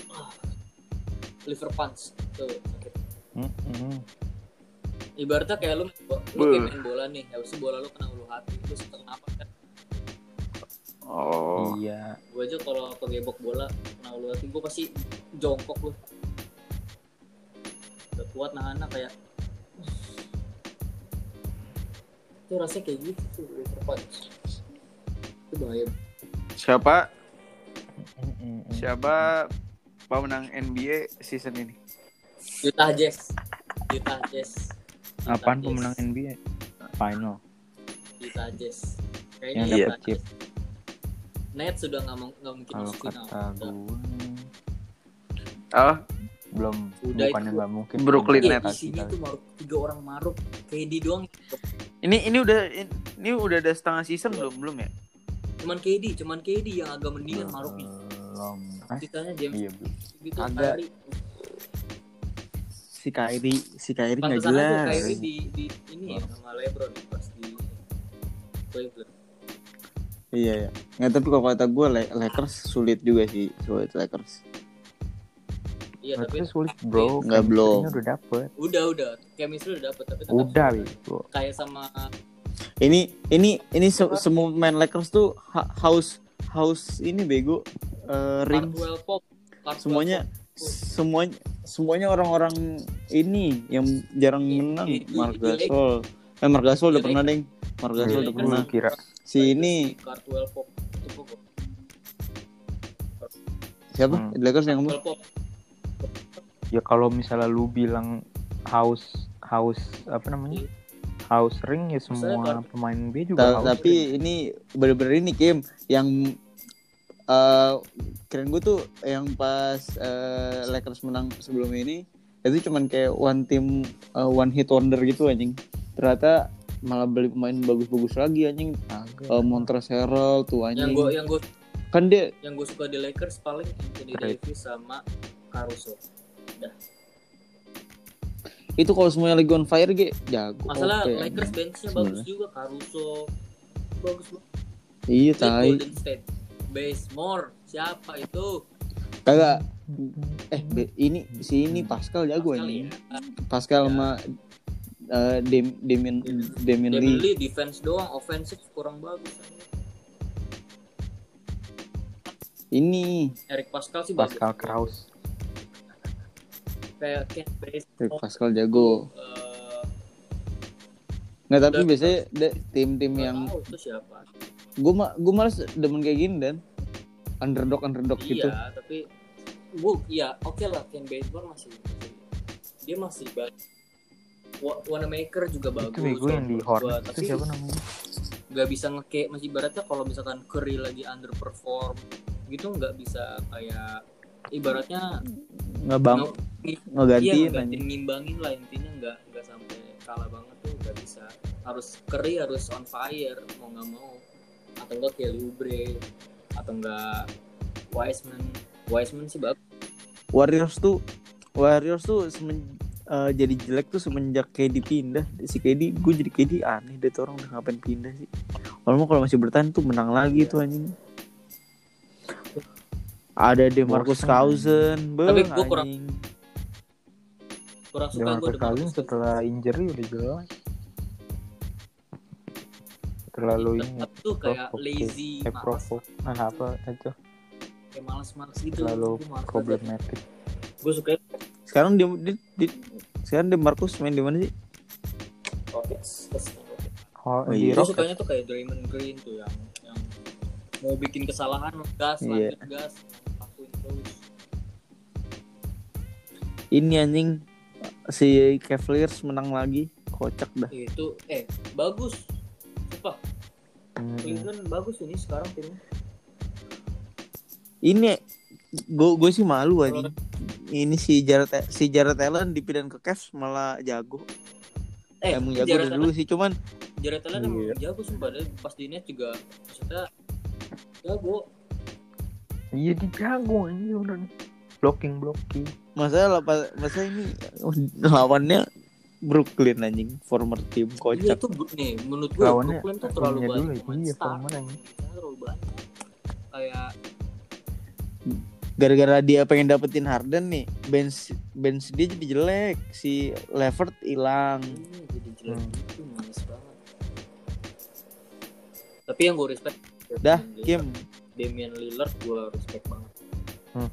A: Liver punch tuh sakit.
C: Mm-mm.
A: Ibaratnya kayak lu lu
B: Beuh.
A: kayak main bola nih, habis itu bola lu kena ulu hati, lu sesak napas kan.
B: Oh.
C: Iya.
A: Gue aja kalau kegebok bola kena ulu hati, gue pasti jongkok lu. Udah kuat nahan kayak itu rasanya kayak gitu tuh, liver punch. Itu bahaya.
B: Siapa
C: Mm-mm.
B: siapa pemenang N B A season ini?
A: Utah Jazz. Utah Jazz. Utah
C: Apaan
A: Jazz.
C: pemenang N B A? Final.
A: Utah Jazz. Kayaknya
C: Yang
B: Iya.
A: Utah
C: dapat chip.
A: Jazz. Nets sudah nggak mau nggak mungkin
C: Kalau
A: masuk final.
C: kata
A: Udah.
C: gue
B: Ah,
C: belum,
A: Udah
C: bukannya
A: itu.
C: nggak mungkin.
B: Brooklyn
A: Iya,
B: Nets.
A: isinya tuh maruk, tiga orang maruk. K D doang.
B: ini ini udah ini udah ada setengah season belum belum ya?
A: Cuman K D, cuman K D yang agak mendingan maruknya.
C: Belum. Eh,
A: Sisanya James
C: iya belum.
A: gitu.
B: Agak.
A: Kyrie.
B: Si Kyrie, si Kyrie nggak
A: Pantesan aja
B: jelas.
A: Kyrie di, di ini ya sama LeBron ya, pas di Cleveland.
B: Iya ya. Nggak, tapi kalau kata gue Lakers sulit juga sih, sulit Lakers.
A: Iya, tapi
C: Lakers sulit bro.
B: Nggak, belum.
C: Chemistry-nya udah dapet.
A: udah udah chemistry udah dapet, tapi tetap
C: Udah
A: sulit.
C: bro.
A: Kayak sama
B: Ini ini ini se- semua main Lakers tuh ha- house house ini bego eh, ring
A: Cardwell Pop. Cardwell
B: semuanya
A: Pop.
B: semuanya semuanya orang-orang ini yang jarang
A: Iya,
B: menang.
A: iya, iya,
B: Marc
A: iya.
B: Gasol, eh Marc Gasol udah
A: Iya,
B: pernah deng. Marc Gasol
A: Iya,
B: udah
A: iya.
B: pernah.
C: Gue kira
B: Si ini
A: Cardwell Pop itu Pop.
B: siapa?
C: Hmm.
B: Lakers yang ngomong.
A: Cardwell Pop.
C: ya kalau misalnya lu bilang house house apa namanya?
A: Iya.
C: House ring ya
A: Maksudnya
C: semua
A: kalau-
C: pemain B juga
B: Ta-
C: house
B: tapi
C: ring.
B: ini bener-bener ini Kim yang eh keren gue tuh yang pas eh, Lakers menang sebelum ini itu cuman kayak one team eh, one hit wonder gitu anjing. Ternyata malah beli pemain bagus-bagus lagi anjing.
C: Agak.
B: Eh, Montrezl Harrell tuh
A: Yang
B: anjing.
A: gue yang gue
B: Kan dia
A: yang gue suka di Lakers paling Anthony
C: Great.
A: Davis sama Caruso.
B: itu kalau semuanya lagi on fire ge jago.
A: Masalah
B: Oke,
A: Lakers
B: anjing.
A: benchnya bagus
B: Sebenarnya.
A: juga, Caruso bagus banget.
B: Iya
A: Lihat
B: tai.
A: Golden State, Bazemore siapa itu?
B: Kagak Eh be, ini si ini Pascal jago
A: Pascal
B: ini.
A: ya.
B: Pascal
A: Ya.
B: sama uh, Dem, Damian Damian
A: Damian
B: Lee.
A: Lee defense doang, offensive kurang bagus.
B: Ini
A: Eric Pascal sih
C: Pascal
A: bagus.
C: Kraus.
A: Kayak Ken Base.
B: Eric Pascal jago.
A: Uh,
B: Nggak tapi
A: udah-
B: biasanya de- tim-tim
A: nggak
B: yang
A: tahu itu siapa.
B: gue ma gue malas demen kayak gini dan underdog underdog
A: Iya,
B: gitu.
A: tapi gue iya oke lah Ken Baseball masih, masih dia masih bagus. Wa- Wanamaker juga bagus.
C: Itu bego yang di
A: menurut
C: Hornets
A: gua,
C: itu
A: tapi
C: siapa namanya?
A: nggak bisa ngeke, masih ibaratnya kalau misalkan Curry lagi underperform gitu nggak bisa kayak ibaratnya
B: Nggak bang
A: nge- iya
B: ngegantiin
A: nggak
B: aja.
A: ngimbangin lah, intinya nggak nggak sampai kalah banget tuh nggak bisa, harus Curry harus on fire mau nggak mau, atau enggak Kelly Oubre atau enggak Wiseman. Wiseman sih bagus.
B: Warriors tuh Warriors tuh semen, uh, jadi jelek tuh semenjak K D pindah. Si K D gue jadi K D aneh deh tuh orang udah ngapain pindah sih. Walaupun kalau masih bertahan tuh menang lagi tuh anjing. Ada DeMarcus
C: Bosen,
B: Cousins,
A: Tapi
B: beuh,
A: gua kurang-
B: anjing.
A: Kurang suka gue
C: DeMarcus
A: dengan
C: Cousins setelah injury udah jelas. Terlalu ini.
A: tapi tuh kayak
C: provoke.
A: lazy,
C: Eh,
A: malas,
C: provoke. Nah, apa itu
A: kayak malas-malas gitu.
C: terlalu
A: Gua malas
C: problematic.
A: Gue suka
B: Sekarang dia di, di, sekarang DeMarcus main di mana sih?
A: Rockets.
C: Oh,
B: Oh,
C: di
B: iya.
A: Gue
C: Rockets.
A: sukanya tuh kayak Draymond Green tuh yang yang mau bikin kesalahan gas,
B: Iya.
A: lanjut gas, lakuin terus.
B: Ini anjing si Cavaliers menang lagi, kocak dah.
A: Itu eh bagus. Sumpah,
C: Hmm.
A: Cleveland bagus ini sekarang timnya.
B: Ini gue gue sih malu anjing. Ini si Jared si Jared Allen dipindahin ke Cavs malah jago.
A: Eh,
B: Emang jago
A: Jared
B: dari dulu sih, cuman
A: Jared Allen
C: Iya.
A: emang jago sumpah, dia pas di net juga maksudnya jago.
C: Iya dia jago ini udah blocking blocking.
B: masalah apa masa ini lawannya Brooklyn anjing, former tim
A: Iya
B: kocak.
A: itu bu- nih menurut gue
C: Lawannya
A: Brooklyn tuh terlalu
C: ininya
A: banyak
C: dulu,
A: pemain
C: iya,
A: star.
C: formernya.
A: Terlalu banyak. Kayak
B: Gara-gara dia pengen dapetin Harden nih, bench bench dia jadi jelek, si Levert hilang.
A: ini jadi jelek
C: Hmm.
A: gitu, males banget. Tapi yang gue respect
B: Dah,
A: Damian
B: Kim.
A: Lillard. Damian Lillard gue respect banget.
C: Hmm.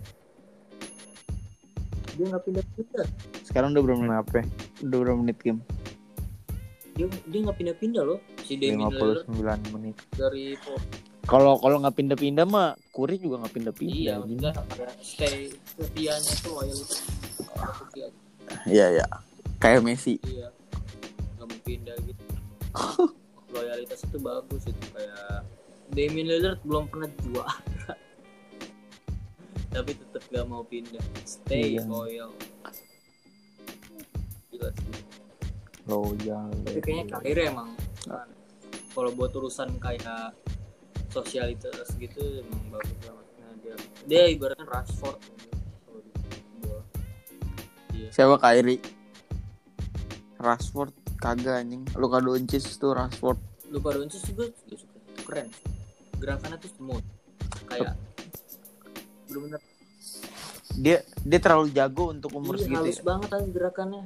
A: Dia nggak pindah-pindah.
B: Sekarang udah berapa menit?
C: Kenapa?
B: Udah berapa menit, Kim?
A: Dia dia nggak pindah-pindah loh. Si Damian
C: lima puluh
A: Lillard
C: sembilan menit.
A: dari
B: Kalau kalau nggak pindah-pindah mah Curry juga nggak pindah-pindah.
A: iya
B: anjing.
A: maksudnya kayak stay setianya tuh loyalitas. Setia.
B: Iya ya. Kayak Messi.
A: Iya. Nggak mau pindah gitu. Loyalitas itu bagus itu, kayak Damian Lillard belum pernah juara. Tapi tetap gak mau pindah. Stay
B: Iya.
A: loyal. Gila sih.
C: Loyal.
A: Tapi kayaknya karirnya emang kan, kalau buat urusan kayak sosialitas gitu emang bagus banget. Nah, dia dia ibaratnya Rashford kalau di gua. Iya.
B: Siapa Kyrie? Rashford kagak anjing. Luka Doncic tuh Rashford.
A: Luka Doncic juga juga suka. Keren. Gerakannya tuh smooth. Kayak bener-bener
B: Dia dia terlalu jago untuk umur
A: iya,
B: segitu.
A: halus
B: Ya.
A: banget aja gerakannya.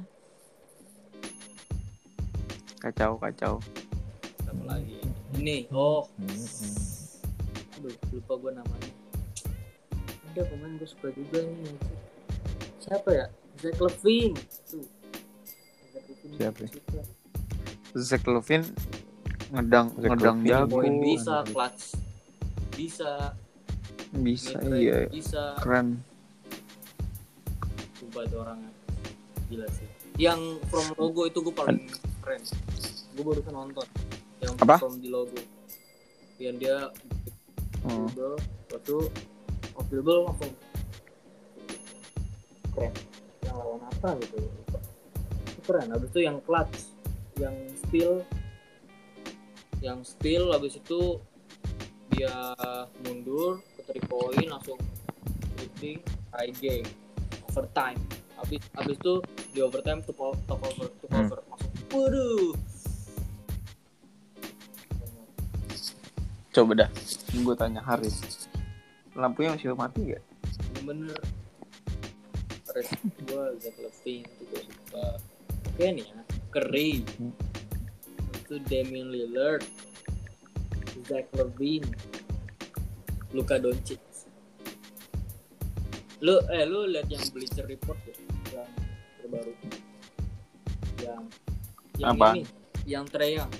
B: Kacau kacau.
A: Apa lagi? Ini, oh,
C: Hmm.
A: aduh, lupa gue namanya. Ada pemain gue suka juga nih. Siapa ya? Zach Levine. Tuh. Zach Levine
C: Siapa?
A: gue suka.
B: Zach Levine ngedang
C: Zach
B: ngedang
C: Levine
B: jago.
A: Poin bisa,
C: anjir.
A: clutch bisa,
B: Bisa
A: mid-range
B: iya.
A: bisa.
B: Keren.
A: Sumpah itu orangnya gila sih. Yang from logo itu gue paling keren. Gue barusan nonton. Yang
B: Apa?
A: from di logo. Yang dia
B: Hmm.
A: dribble, lalu tuh off dribble langsung keren. Yang lawan apa gitu? Itu keren. Habis itu yang clutch, yang steal, yang steal. Habis itu dia mundur ke three point langsung shooting high game overtime. Habis habis itu di overtime tuh top over tuh
C: Hmm.
A: over langsung. Waduh.
B: Coba dah. Gue tanya Haris. Lampunya masih mati gak?
A: Bener Fresh gue Zach Levine itu gue suka. Oke nih ya, Curry itu Damian Lillard, Zach Levine, Luka Doncic. Lu eh lu lihat yang Bleacher Report ya, yang terbaru, yang yang
B: Apa?
A: ini, yang Trae Young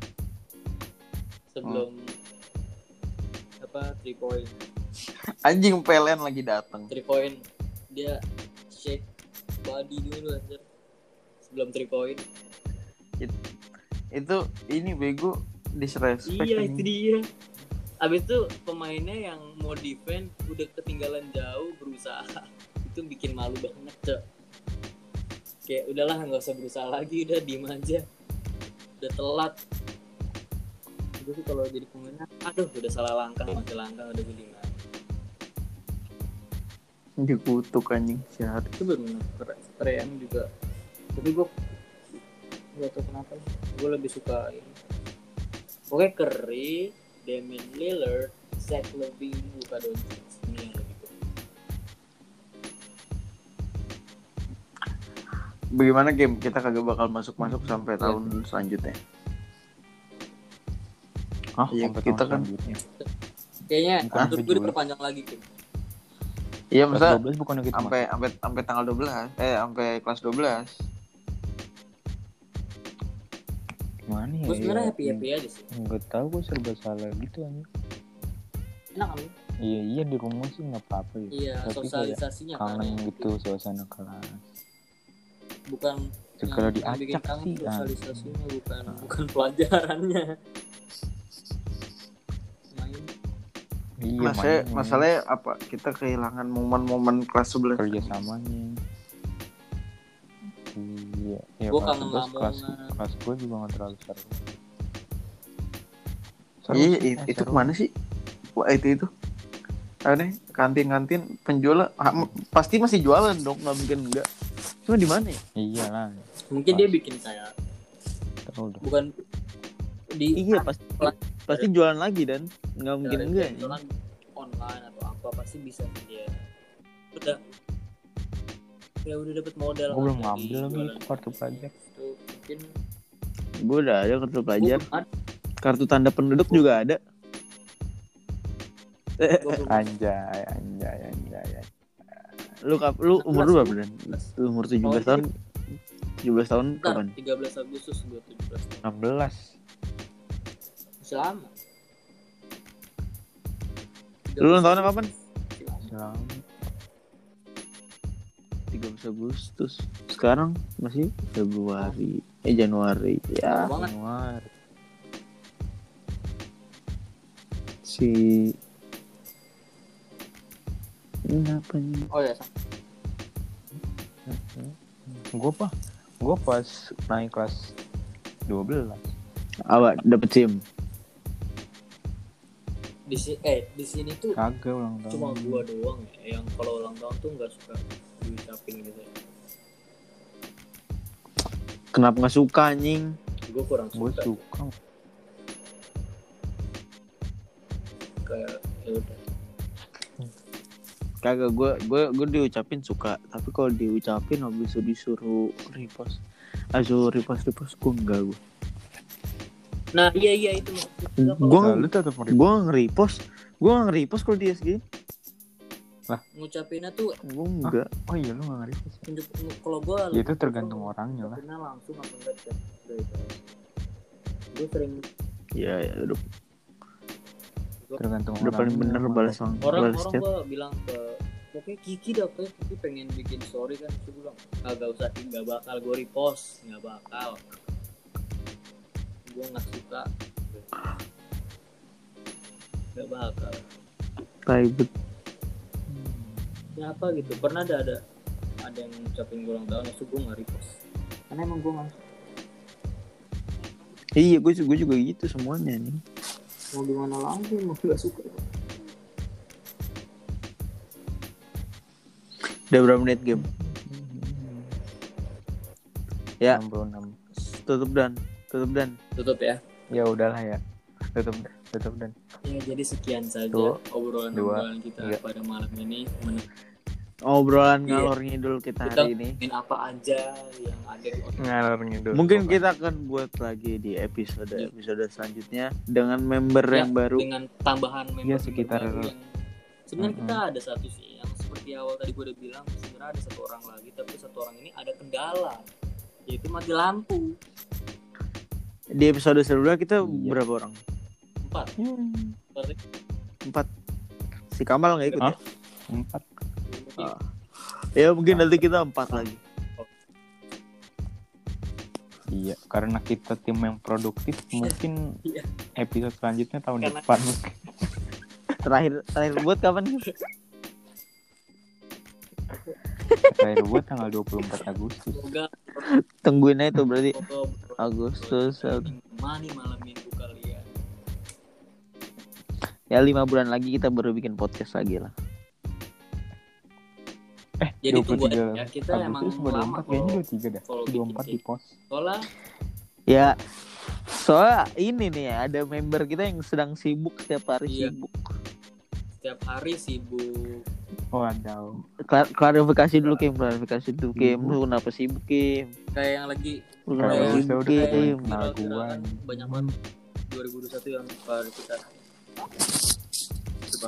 A: sebelum oh. apa three point.
B: Anjing P L N lagi datang.
A: three point dia shake body dulu anjir sebelum three point.
B: It, itu ini bego disrespect.
A: Iya
B: ini.
A: itu dia. Abis itu pemainnya yang mau defend udah ketinggalan jauh berusaha. Itu bikin malu banget cok. Kayak udahlah nggak usah berusaha lagi, udah diem aja. Udah telat. Itu sih kalau jadi pemainnya, aduh udah salah langkah, masih langkah udah gini.
B: Dikutuk anjing sehat.
A: Itu benar Trae Young juga. Tapi gue nggak tahu kenapa gue lebih suka ini. Oke, Curry, Damian Lillard, Zach Levine, Luka Doncic ini yang lebih gue.
B: Bagaimana game kita kagak bakal masuk-masuk sampai tahun ya. selanjutnya.
C: Hah,
B: ya, kita kan
A: kayaknya untuk gue diperpanjang lagi Kim.
B: Iya, masa
C: dua belas bukan gitu
B: sampai sampai sampai tanggal dua belas. Eh, sampai kelas dua belas.
C: Gimana ya?
A: Gue sebenarnya happy-happy aja sih.
C: Enggak tahu, gue serba salah gitu anjing.
A: Enak kan?
C: Iya, iya di rumah sih enggak apa-apa ya.
A: Iya, tapi sosialisasinya
C: kan kangen
A: kan,
C: gitu ya. Suasana kelas.
A: Bukan
C: segala
A: yang,
C: diacak
A: yang bikin kangen
C: sih,
A: sosialisasinya
C: ah.
A: bukan ah. bukan pelajarannya.
C: Iya,
B: Masalah, masalahnya apa? Kita kehilangan momen-momen kelas sebelas
C: kerjasamanya. Iya, ya
A: gue
C: kelas
A: kangen
C: sebelas kelas
A: lamongan.
C: kelas gue juga nggak terlalu seru.
B: Iya, itu, itu kemana sih? Wah itu itu. Aneh, kantin-kantin penjual ha, pasti masih jualan dong, nggak mungkin enggak. Cuma di mana ya?
C: Iya lah.
A: Mungkin pas. Dia bikin kayak
C: terus
A: bukan di
B: iya pasti pasti jualan lagi dan nggak mungkin enggak
A: jualan ya. Online atau apa pasti bisa dia udah ya udah dapat modal.
C: Gue belum ngambil lagi kartu pelajar
A: itu mungkin
B: gue udah ada kartu pelajar,
A: gua,
B: kartu tanda penduduk gua, juga ada.
C: Anjay anjay anjay, anjay.
B: Lu lu umur lu berapa dan lu umur tujuh belas tahun tujuh belas tahun kapan?
A: tiga belas Agustus gue tujuh belas
C: enam belas
A: selama
B: lu ulang tahunnya kapan?
C: selama
B: tiga belas Agustus. Sekarang masih Februari eh Januari ya.
C: Januari.
B: Si ini apa nih?
A: Oh ya.
C: Gue apa? Gue pas naik kelas dua belas.
B: Awak dapet SIM?
A: Di sini eh di sini tuh
C: kagak ulang tahun.
A: Cuma gua doang ya yang kalau ulang tahun tuh nggak suka diucapin gitu.
B: Kenapa nggak suka anjing?
A: Gue kurang suka.
C: Gue suka.
A: Kayak ya udah.
B: Kagak, gue gue gue diucapin suka, tapi kalau diucapin habis itu disuruh repost, ayo repost repost gue enggak gue.
A: Nah iya iya itu.
B: Gue gue nge-repost, gue nge-repost kalau dia segini.
C: Lah
A: ngucapinnya tuh
B: gue enggak.
C: Oh iya lu nggak nge-repost.
A: Kalau gue
C: ya, itu tergantung orangnya lah.
A: Ngucapinnya langsung apa enggak chat. Gue sering.
B: Iya ya udah.
C: Tergantung
B: udah paling bener balas
A: orang orang gue bilang ke oke Kiki dah oke Kiki pengen bikin story kan gue bilang ah, gak usah nggak bakal gue repost nggak bakal gue nggak suka nggak bakal
B: ribet
A: kenapa gitu pernah ada ada ada yang ngucapin gue ulang tahun itu gue nggak repost karena emang gue nggak
B: iya gue gue juga gitu semuanya nih.
A: Mau gimana lagi, mau gak suka.
B: Udah berapa menit game? Ya.
C: enam puluh enam.
B: Tutup dan, tutup dan.
A: Tutup ya.
C: Ya udahlah ya. Tutup, tutup dan.
A: Ya jadi sekian saja
C: Tuh,
A: obrolan-obrolan kita
C: dua,
A: pada malam ini. Men-
D: obrolan
A: Iya.
D: ngalor ngidul kita
A: Kita
D: hari ini.
A: ngomongin apa aja yang ada di otak.
C: Ngalor ngidul.
D: Mungkin kita akan buat lagi di episode episode selanjutnya dengan member
A: Ya,
D: yang baru.
A: dengan tambahan member
C: Iya, sekitar-
A: baru yang sebenarnya
C: Mm-mm.
A: kita ada satu sih yang seperti awal tadi gue udah bilang, sebenarnya ada satu orang lagi, tapi satu orang ini ada kendala, yaitu mati lampu.
D: Di episode sebelumnya kita
C: Iya.
D: berapa orang?
A: Empat.
C: Hmm,
A: Berarti
D: Empat. Si Kamal nggak ikut
C: Hah?
D: ya?
C: empat.
D: Ah. Ya mungkin nanti kita empat lagi.
C: Iya, karena kita tim yang produktif, mungkin
A: Iya.
C: episode selanjutnya tahun
A: Karena-
C: depan.
D: Terakhir terakhir buat kapan?
C: Terakhir buat tanggal dua puluh empat Agustus.
A: semoga
D: Tungguin aja tuh berarti
A: semoga
D: Agustus.
A: menemani malam minggu kalian.
D: Ya lima bulan lagi kita baru bikin podcast lagi lah.
C: Eh,
A: Jadi tunggu aja, ya, kita
C: Agustus
A: emang
C: dua puluh empat
A: lama
C: kayaknya
A: kalau-
C: dua puluh tiga dah.
A: kalau
C: dua puluh empat
A: bikin
C: di pos.
A: Soalnya
D: Ya soalnya ini nih ya, ada member kita yang sedang sibuk setiap hari
A: Iya.
D: sibuk.
A: setiap hari sibuk.
C: Oh, ada.
D: Klar- klarifikasi dulu Kim, klarifikasi dulu Kim.
C: Sibuk.
D: Lu kenapa sibuk Kim?
A: Kayak yang lagi
D: Lu
C: Kayak
D: kenapa
A: Kayak-
C: saya
D: sibuk
C: udah kayak
D: Kim?
C: kenal
A: viral-viralan
C: gua.
A: banyak banget dua ribu dua puluh satu yang klarifikasi. Coba.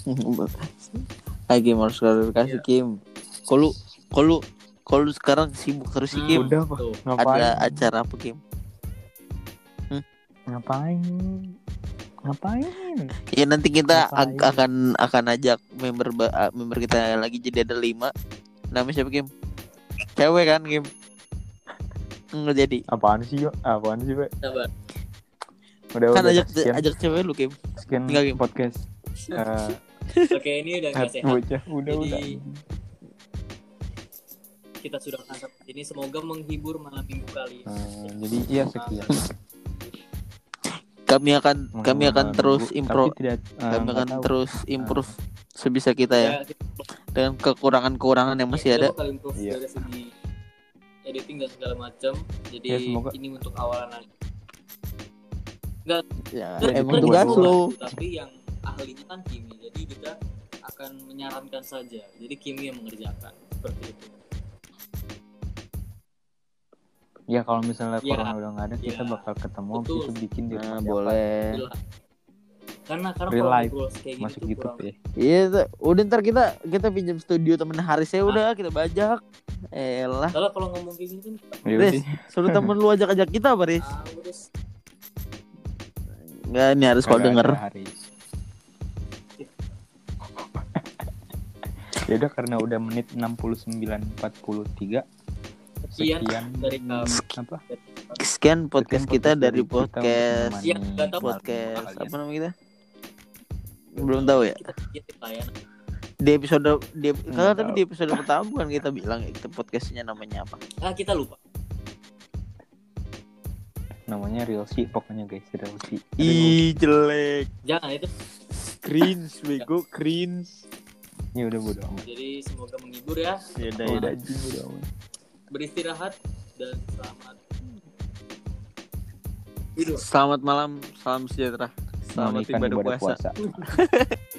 D: Ah Kim harus klarifikasi
A: Iya.
D: Kim. Kalau kalau kalau sekarang sibuk terus sih
A: Nah,
D: Kim.
C: Udah apa?
A: Tuh.
C: Ngapain?
D: Ada acara apa Kim?
C: Ngapain? Ngapain?
D: Ya nanti kita
C: Ngapain?
D: ak- akan akan ajak member ba- member kita lagi, jadi ada lima. Namanya siapa Kim? Cewek kan Kim? Nggak jadi.
C: Apaan sih, yo? Apaan sih, Pak?
A: Sabar.
C: Udah,
D: Kan
C: udah.
D: ajak
C: sekian,
D: ajak cewek lu Kim.
C: sekian
D: Enggak, Kim.
C: podcast. Eh,
A: Oke, ini udah nggak sehat.
C: bocah, udah,
A: Jadi-
C: udah.
A: Kita sudah akan sampai ini, semoga menghibur malam minggu kalian.
C: Eh, jadi iya sekian.
D: Kami akan kami akan
C: Menghubungi
D: terus
C: minggu,
D: improve.
C: tapi tidak, eh,
D: Kami
C: nggak
D: akan
C: tahu.
D: terus improve sebisa kita ya,
A: Ya, kita,
D: dengan kekurangan-kekurangan yang masih
A: kita
D: ada.
A: bakal improve
C: Iya.
A: dari segi editing dan segala macam. Jadi
C: Ya, semoga.
A: ini untuk awalan aja. Enggak,
D: Ya,
C: Ya,
D: emang
C: itu
D: tugas
C: buat
D: lu.
A: tapi yang ahlinya kan Kimi. Jadi kita akan menyarankan saja. Jadi Kimi yang mengerjakan seperti itu.
C: Ya kalau misalnya
A: Ya.
C: corona udah nggak ada, kita
A: Ya.
C: bakal ketemu,
A: Betul.
C: kita bikin di
D: Nah,
C: rumah siapa.
D: boleh.
A: Gila. Karena karena
C: Real
A: kalau
C: life.
A: ngobrol kayak
C: Masuk
A: gitu
C: YouTube
A: kurang.
C: ya.
D: Iya, tuh. Udah ntar kita kita pinjam studio temen Haris ya udah kita bajak. Elah,
A: Kalau kalau ngomong kayak gini kan
C: Ya
D: Riz,
C: udah.
D: suruh temen lu ajak-ajak kita apa Riz?
A: ah, udah s-
D: Enggak, ini harus kalau
C: Kagak
D: denger.
C: ada hari. Ya udah, karena udah menit enam puluh sembilan empat puluh tiga.
A: sekian
C: Sekian
A: dari kami.
C: apa?
D: Sekian podcast
C: Sekian
D: kita
C: podcast
D: dari
C: dari kita untuk
D: podcast
C: menemani
A: Yang nggak tahu.
D: podcast
C: kalian.
D: apa namanya kita? Belum tahu ya.
A: Kita bikin layanan.
D: Di episode di kalau tapi
C: tahu.
D: di episode pertama bukan kita bilang ya, kita podcastnya namanya apa?
A: Ah, kita lupa.
C: Namanya Real C pokoknya guys, Real C.
D: Ih, jelek.
A: Jangan itu.
D: Cringe, bego, cringe.
C: Ya udah, bodo amat.
A: Jadi semoga menghibur ya.
D: Ya udah,
C: Ya
D: ya
C: udah,
D: udah.
C: anjing, bodo amat.
A: Beristirahat dan selamat hidup.
D: Selamat malam, salam sejahtera. Selamat
C: Menunaikan
D: ibadah
C: ibadah
D: puasa.
C: puasa.